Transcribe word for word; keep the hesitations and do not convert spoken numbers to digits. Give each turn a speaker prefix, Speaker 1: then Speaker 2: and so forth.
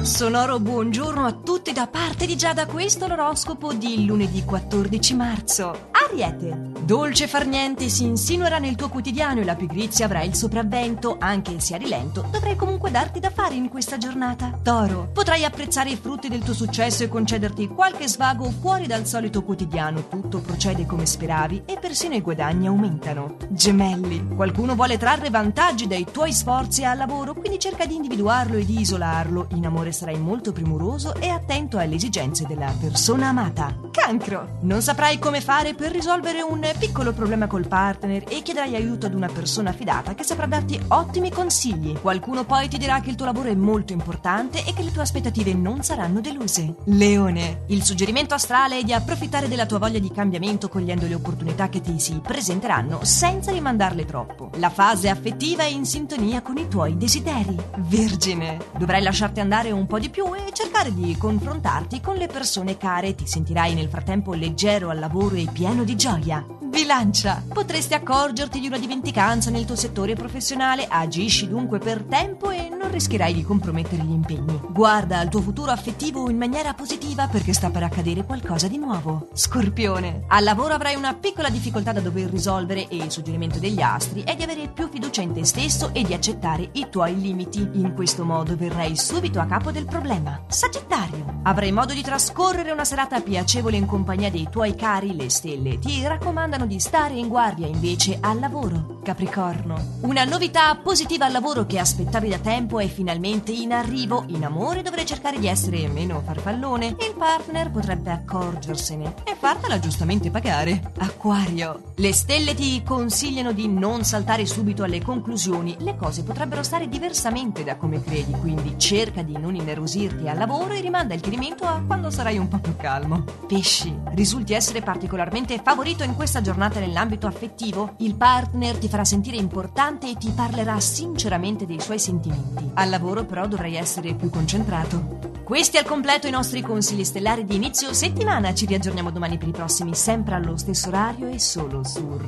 Speaker 1: sonoro buongiorno a tutti da parte di Giada, questo è l'oroscopo di lunedì quattordici marzo. Ariete, dolce far niente si insinuerà nel tuo quotidiano e la pigrizia avrà il sopravvento, anche se a rilento dovrai comunque darti da fare in questa giornata. Toro, potrai apprezzare i frutti del tuo successo e concederti qualche svago fuori dal solito quotidiano, tutto procede come speravi e persino i guadagni aumentano. Gemelli, qualcuno vuole trarre vantaggi dai tuoi sforzi al lavoro, quindi cerca di individuarlo e di isolarlo. In amore sarai molto premuroso e attento alle esigenze della persona amata. Cancro, non saprai come fare per risolvere un piccolo problema col partner e chiederai aiuto ad una persona fidata che saprà darti ottimi consigli. Qualcuno poi ti dirà che il tuo lavoro è molto importante e che le tue aspettative non saranno deluse. Leone, il suggerimento astrale è di approfittare della tua voglia di cambiamento cogliendo le opportunità che ti si presenteranno senza rimandarle troppo. La fase affettiva è in sintonia con i tuoi desideri. Vergine, dovrai lasciarti andare un po' di più e cercare di confrontarti con le persone care. Ti sentirai nel frattempo leggero al lavoro e pieno di gioia. Bilancia, potresti accorgerti di una dimenticanza nel tuo settore professionale, agisci dunque per tempo e non rischierai di compromettere gli impegni. Guarda al tuo futuro affettivo in maniera positiva perché sta per accadere qualcosa di nuovo. Scorpione, al lavoro avrai una piccola difficoltà da dover risolvere e il suggerimento degli astri è di avere più fiducia in te stesso e di accettare i tuoi limiti. In questo modo verrai subito a capo del problema. Sagittario, avrai modo di trascorrere una serata piacevole in compagnia dei tuoi cari. Le stelle ti raccomandano di stare in guardia invece al lavoro. Capricorno, una novità positiva al lavoro che aspettavi da tempo è finalmente in arrivo. In amore dovrai cercare di essere meno farfallone e il partner potrebbe accorgersene e fartela giustamente pagare. Acquario, le stelle ti consigliano di non saltare subito alle conclusioni. Le cose potrebbero stare diversamente da come credi, quindi cerca di non innervosirti al lavoro e rimanda il chiarimento a quando sarai un po' più calmo. Pesci, risulti essere particolarmente favorito in questa giornata nell'ambito affettivo. Il partner ti farà sentire importante e ti parlerà sinceramente dei suoi sentimenti. Al lavoro però dovrai essere più concentrato. Questi al completo i nostri consigli stellari di inizio settimana. Ci riaggiorniamo domani per i prossimi, sempre allo stesso orario e solo su